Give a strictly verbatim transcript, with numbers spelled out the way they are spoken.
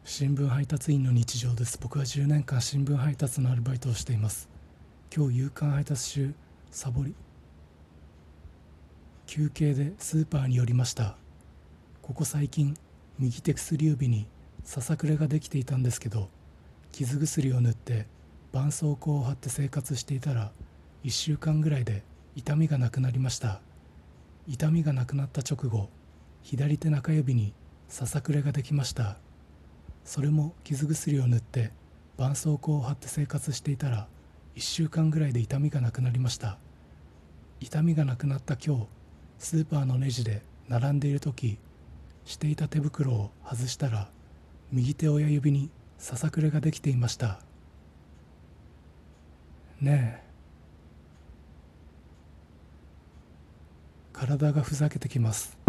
新聞配達員の日常です。僕はじゅうねんかん新聞配達のアルバイトをしています。今日夕刊配達中、サボり休憩でスーパーに寄りました。ここ最近右手薬指にささくれができていたんですけど、傷薬を塗って絆創膏を貼って生活していたらいっしゅうかんぐらいで痛みがなくなりました。痛みがなくなった直後、左手中指にささくれができました。それも傷薬を塗って絆創膏を貼って生活していたらいっしゅうかんぐらいで痛みがなくなりました。痛みがなくなった今日、スーパーのレジで並んでいる時、していた手袋を外したら右手親指にささくれができていました。ねえ、体がふざけてきます。